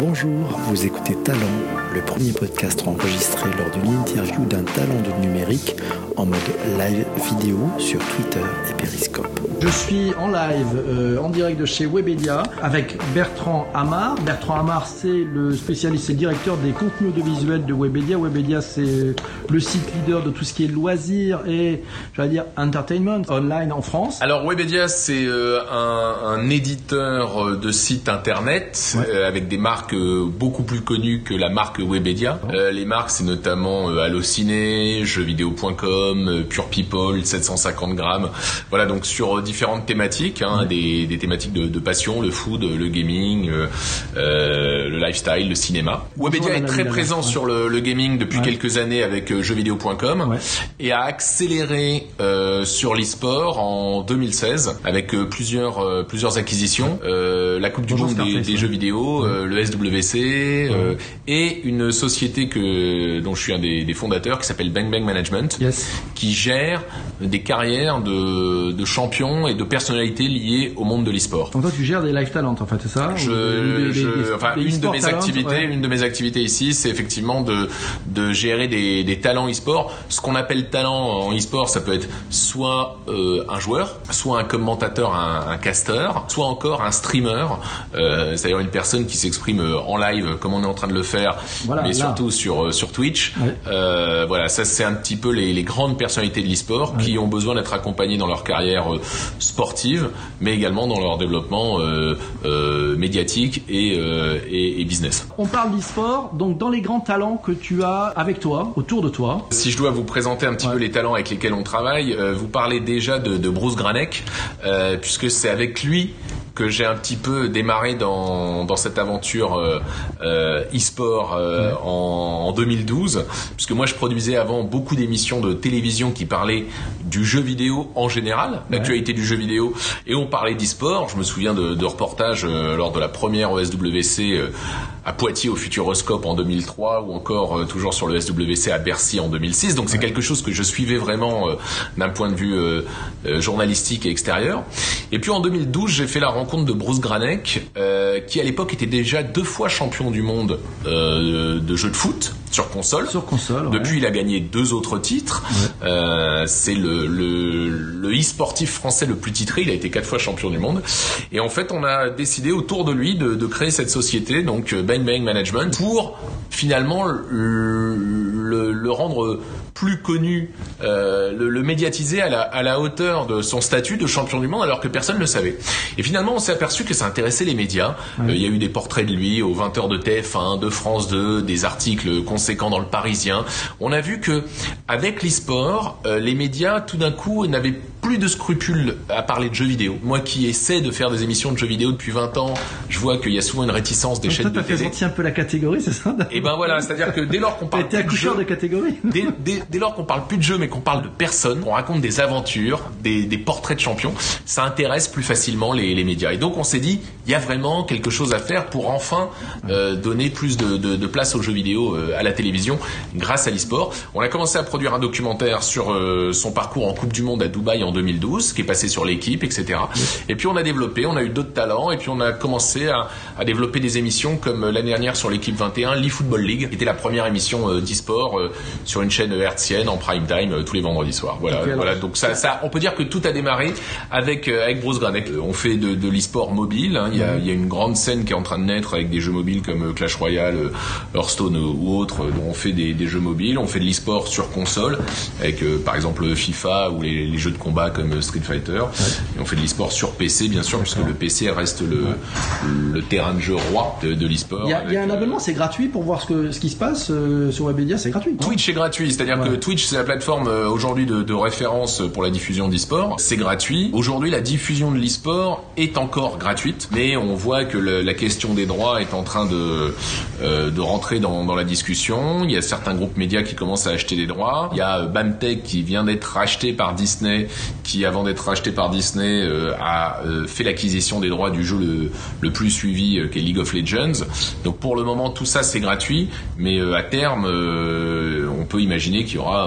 Bonjour, vous écoutez Talent, le premier podcast enregistré lors d'une interview d'un talent de numérique en mode live vidéo sur Twitter et Periscope. Je suis en live, en direct de chez Webedia avec Bertrand Amar. Bertrand Amar, c'est le spécialiste et directeur des contenus audiovisuels de Webedia. Webedia, c'est le site leader de tout ce qui est loisirs et, j'allais dire, entertainment online en France. Alors Webedia, c'est un éditeur de sites internet avec des marques beaucoup plus connues que la marque Webedia. Les marques, c'est notamment Allociné, jeuxvideo.com, Pure People, 750 grammes. Voilà, donc sur différentes thématiques, des thématiques de passion, le food, le gaming, le lifestyle, le cinéma. Webedia est très présent sur le gaming depuis quelques années avec jeuxvideo.com et a accéléré sur l'e-sport en 2016 avec plusieurs acquisitions, la Coupe du Monde des jeux vidéo, le SWC et une société dont je suis un des fondateurs qui s'appelle Bang Bang Management, qui gère des carrières de champions et de personnalités liées au monde de l'e-sport. Donc toi tu gères des live talents en fait, c'est ça? Une de mes activités ici, c'est effectivement de gérer des talents e-sport. Ce qu'on appelle talent en e-sport, ça peut être soit un joueur, soit un commentateur, un caster, soit encore un streamer, c'est-à-dire une personne qui s'exprime en live comme on est en train de le faire, surtout sur Twitch. Voilà, ça c'est un petit peu les grandes personnalités de l'e-sport qui ont besoin d'être accompagnées dans leur carrière sportive, mais également dans leur développement médiatique et business. On parle d'e-sport, donc dans les grands talents que tu as avec toi, autour de toi. Si je dois vous présenter un petit peu les talents avec lesquels on travaille, vous parlez déjà de Bruce Granek, puisque c'est avec lui que j'ai un petit peu démarré dans cette aventure e-sport en 2012, puisque moi je produisais avant beaucoup d'émissions de télévision qui parlaient du jeu vidéo en général, l'actualité du jeu vidéo, et on parlait d'e-sport. Je me souviens de reportages lors de la première OSWC à Poitiers au Futuroscope en 2003 ou encore toujours sur le SWC à Bercy en 2006. Donc c'est quelque chose que je suivais vraiment d'un point de vue journalistique et extérieur. Et puis en 2012, j'ai fait la rencontre de Bruce Granek, qui à l'époque était déjà 2 fois champion du monde de jeux de foot sur console. Depuis, il a gagné 2 autres titres. C'est le e-sportif français le plus titré. Il a été 4 fois champion du monde. Et en fait, on a décidé autour de lui de créer cette société, donc Bang Bang Management, pour finalement le rendre plus connu, le médiatiser à la hauteur de son statut de champion du monde, alors que personne ne le savait. Et finalement, on s'est aperçu que ça intéressait les médias. Il y a eu des portraits de lui aux 20h de TF1, de France 2, des articles conséquents dans le Parisien. On a vu que avec l'e-sport, les médias, tout d'un coup, n'avaient plus de scrupules à parler de jeux vidéo. Moi qui essaie de faire des émissions de jeux vidéo depuis 20 ans, je vois qu'il y a souvent une réticence des chaînes de télé. Toi, t'as fait sortir un peu la catégorie, c'est ça? Et ben voilà, c'est-à-dire que dès lors qu'on parle plus de jeux, de catégorie. dès lors qu'on parle plus de jeux, mais qu'on parle de personnes, qu'on raconte des aventures, des portraits de champions, ça intéresse plus facilement les médias. Et donc on s'est dit, il y a vraiment quelque chose à faire pour enfin donner plus de place aux jeux vidéo à la télévision grâce à l'e-sport. On a commencé à produire un documentaire sur son parcours en Coupe du Monde à Dubaï en 2012, qui est passé sur l'équipe, etc. Et puis on a eu d'autres talents, et puis on a commencé à développer des émissions comme l'année dernière sur l'équipe 21, l'eFootball League, qui était la première émission d'e-sport sur une chaîne hertzienne en prime time tous les vendredis soirs. Voilà. Donc ça, on peut dire que tout a démarré avec Bruce Granek. On fait de l'e-sport mobile. Il y a une grande scène qui est en train de naître avec des jeux mobiles comme Clash Royale, Hearthstone ou autres, dont on fait des jeux mobiles. On fait de l'e-sport sur console avec par exemple FIFA ou les jeux de combat comme Street Fighter. Et on fait de l'e-sport sur PC, bien sûr, puisque le PC reste le terrain de jeu roi de l'e-sport. Il y a un abonnement, c'est gratuit pour voir ce qui se passe sur Webedia, c'est gratuit. Twitch est gratuit, c'est-à-dire que Twitch, c'est la plateforme aujourd'hui de référence pour la diffusion d'e-sport. C'est gratuit. Aujourd'hui, la diffusion de l'e-sport est encore gratuite, mais on voit que la question des droits est en train de rentrer dans la discussion. Il y a certains groupes médias qui commencent à acheter des droits. Il y a BAMTech qui vient d'être racheté par Disney qui avant d'être racheté par Disney a fait l'acquisition des droits du jeu le plus suivi qui est League of Legends. Donc pour le moment tout ça c'est gratuit, mais à terme on peut imaginer qu'il y aura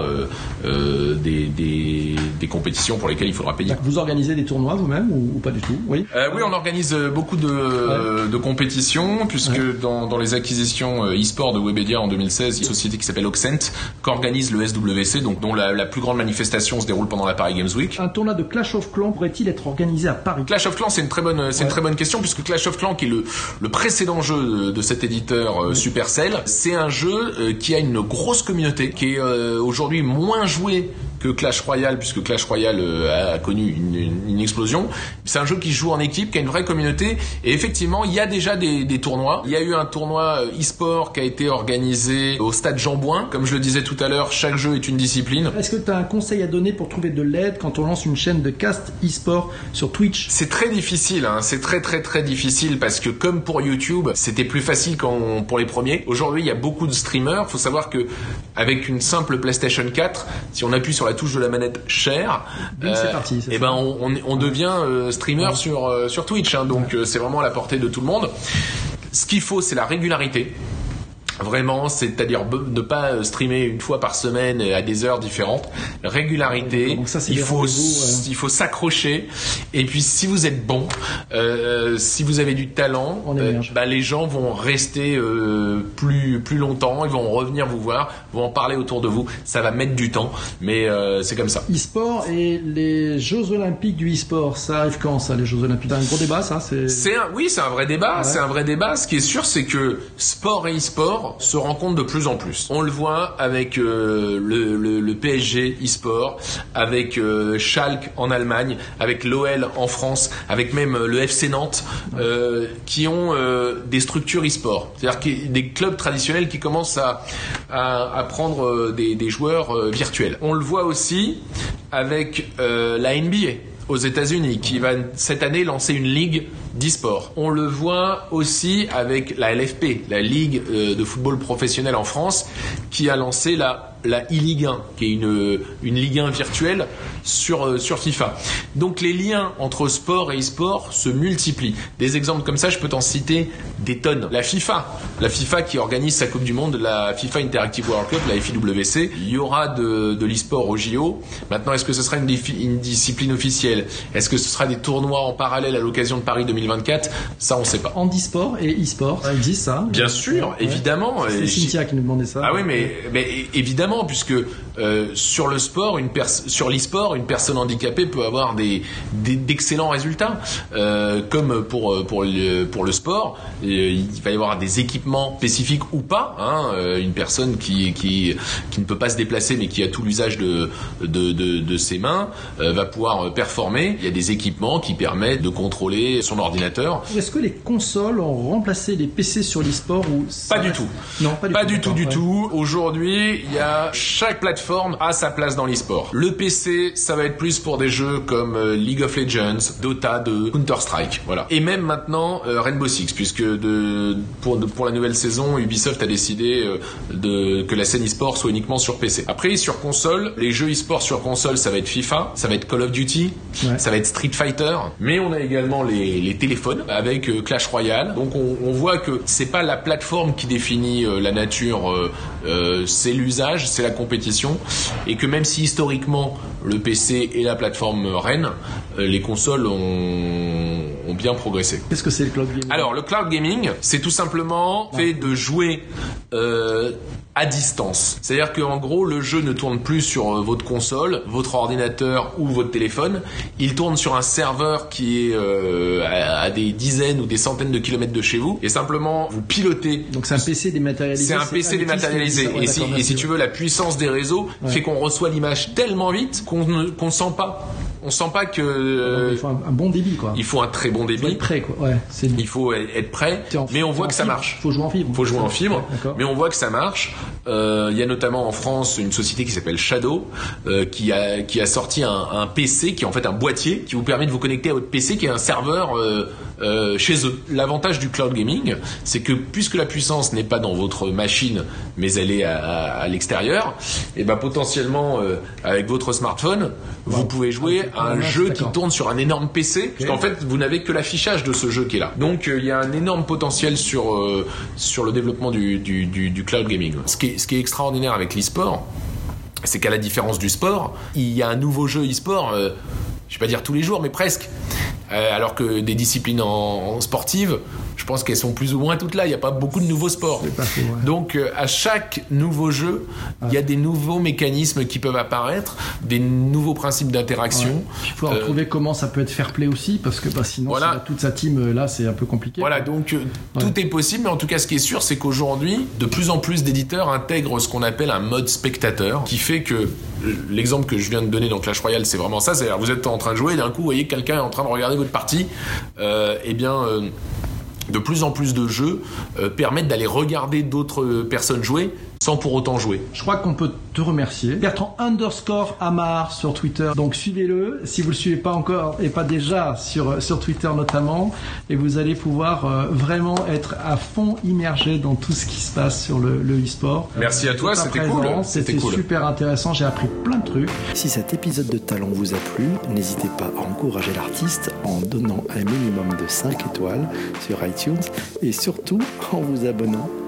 des compétitions pour lesquelles il faudra payer. Vous organisez des tournois vous-même ou pas du tout? Oui, on organise beaucoup de compétitions, puisque dans les acquisitions e-sport de Webedia en 2016, il y a une société qui s'appelle Oxent qui organise le SWC, donc dont la plus grande manifestation se déroule pendant la Paris Games Week. Un tournoi de Clash of Clans pourrait-il être organisé à Paris? Clash of Clans, c'est une très bonne question, puisque Clash of Clans, qui est le précédent jeu de cet éditeur Supercell, c'est un jeu qui a une grosse communauté, qui est aujourd'hui moins joué que Clash Royale, puisque Clash Royale a connu une explosion. C'est un jeu qui joue en équipe, qui a une vraie communauté, et effectivement il y a déjà des tournois. Il y a eu un tournoi e-sport qui a été organisé au stade Jean-Bouin. Comme je le disais tout à l'heure, chaque jeu est une discipline. Est-ce que tu as un conseil à donner pour trouver de l'aide quand on lance une chaîne de cast e-sport sur Twitch? C'est très difficile, hein. C'est très très très difficile, parce que comme pour YouTube, c'était plus facile pour les premiers. Aujourd'hui, il y a beaucoup de streamers. Faut savoir que avec une simple PlayStation 4, si on appuie sur la touche de la manette share, c'est parti, et ben on devient streamer sur Twitch, hein. Donc c'est vraiment à la portée de tout le monde. Ce qu'il faut, c'est la régularité. Vraiment, c'est-à-dire ne pas streamer une fois par semaine à des heures différentes. Régularité. Donc ça, il faut s'accrocher. Et puis, si vous êtes bon, si vous avez du talent, les gens vont rester plus longtemps. Ils vont revenir vous voir, vont en parler autour de vous. Ça va mettre du temps, mais c'est comme ça. E-sport et les Jeux Olympiques du e-sport, ça arrive quand ça, les Jeux Olympiques? C'est un gros débat, ça. C'est un vrai débat. Ouais. C'est un vrai débat. Ce qui est sûr, c'est que sport et e-sport se rencontrent de plus en plus. On le voit avec le PSG e-sport, avec Schalke en Allemagne, avec l'OL en France, avec même le FC Nantes, qui ont des structures e-sport. C'est-à-dire des clubs traditionnels qui commencent à prendre des joueurs virtuels. On le voit aussi avec la NBA aux États-Unis, qui va cette année lancer une ligue d'e-sport. On le voit aussi avec la LFP, la Ligue de football professionnel en France, qui a lancé la e-Ligue 1, qui est une Ligue 1 virtuelle sur FIFA. Donc les liens entre sport et e-sport se multiplient. Des exemples comme ça, je peux t'en citer des tonnes. La FIFA qui organise sa Coupe du Monde, la FIFA Interactive World Cup, la FIWC, il y aura de l'e-sport au JO. Maintenant, est-ce que ce sera une discipline officielle? Est-ce que ce sera des tournois en parallèle à l'occasion de Paris 2024? Ça, on sait pas. Handisport et e-sport, ça existe, ça? Bien sûr, évidemment. C'est Cynthia qui nous demandait ça. Ah oui, mais évidemment, puisque sur l'e-sport, une personne handicapée peut avoir d'excellents résultats. Comme pour le sport, il va y avoir des équipements spécifiques ou pas. Hein, une personne qui ne peut pas se déplacer mais qui a tout l'usage de ses mains va pouvoir performer. Il y a des équipements qui permettent de contrôler son ordinateur. Est-ce que les consoles ont remplacé les PC sur l'e-sport ou Pas du tout. Non, pas du tout. Aujourd'hui, chaque plateforme a sa place dans l'e-sport. Le PC, ça va être plus pour des jeux comme League of Legends, Dota 2, Counter-Strike, voilà. Et même maintenant Rainbow Six, puisque pour la nouvelle saison, Ubisoft a décidé que la scène e-sport soit uniquement sur PC. Après, sur console, les jeux e-sport sur console, ça va être FIFA, ça va être Call of Duty, ça va être Street Fighter, mais on a également les téléphones avec Clash Royale. Donc on voit que c'est pas la plateforme qui définit la nature, c'est l'usage, c'est la compétition, et que même si historiquement le PC est la plateforme reine, les consoles ont bien progressé. Qu'est-ce que c'est le cloud gaming? Alors le cloud gaming, c'est tout simplement fait de jouer à distance. C'est-à-dire qu'en gros, le jeu ne tourne plus sur votre console, votre ordinateur ou votre téléphone. Il tourne sur un serveur qui est à des dizaines ou des centaines de kilomètres de chez vous. Et simplement, vous pilotez. Donc c'est un PC dématérialisé. C'est un PC dématérialisé. Et si tu veux, la puissance des réseaux fait qu'on reçoit l'image tellement vite qu'on sent pas. On sent pas que il faut un bon débit, quoi. Il faut un très bon débit. Il faut être prêt, quoi. Ouais, il faut être prêt, mais on voit que ça marche. Faut jouer en fibre. Mais on voit que ça marche. Il y a notamment en France une société qui s'appelle Shadow qui a sorti un PC qui est en fait un boîtier qui vous permet de vous connecter à votre PC qui est un serveur chez eux. L'avantage du cloud gaming, c'est que puisque la puissance n'est pas dans votre machine, mais elle est à l'extérieur, et ben potentiellement avec votre smartphone, vous pouvez jouer à un jeu qui tourne sur un énorme PC, parce qu'en fait vous n'avez que l'affichage de ce jeu qui est là. Donc il y a un énorme potentiel sur le développement du cloud gaming. Ce qui est extraordinaire avec l'e-sport, c'est qu'à la différence du sport, il y a un nouveau jeu e-sport, je vais pas dire tous les jours, mais presque. Alors que des disciplines en sportives, je pense qu'elles sont plus ou moins toutes là. Il n'y a pas beaucoup de nouveaux sports. C'est pas faux, ouais. Donc à chaque nouveau jeu, il y a des nouveaux mécanismes qui peuvent apparaître, des nouveaux principes d'interaction. Ouais. Il faut retrouver comment ça peut être fair play aussi, parce que sinon, voilà. Si on a toute sa team là, c'est un peu compliqué. Voilà, donc tout est possible, mais en tout cas, ce qui est sûr, c'est qu'aujourd'hui, de plus en plus d'éditeurs intègrent ce qu'on appelle un mode spectateur, qui fait que l'exemple que je viens de donner dans Clash Royale, c'est vraiment ça. C'est-à-dire, vous êtes en train de jouer, et d'un coup, vous voyez que quelqu'un est en train de regarder votre partie. De plus en plus de jeux permettent d'aller regarder d'autres personnes jouer sans pour autant jouer. Je crois qu'on peut te remercier. Bertrand_Amar sur Twitter. Donc suivez-le si vous le suivez pas encore et pas déjà sur Twitter notamment, et vous allez pouvoir vraiment être à fond immergé dans tout ce qui se passe sur le e-sport. Merci à toi, c'était cool. C'était cool. Super intéressant, j'ai appris plein de trucs. Si cet épisode de Talent vous a plu, n'hésitez pas à encourager l'artiste en donnant un minimum de 5 étoiles sur iTunes et surtout en vous abonnant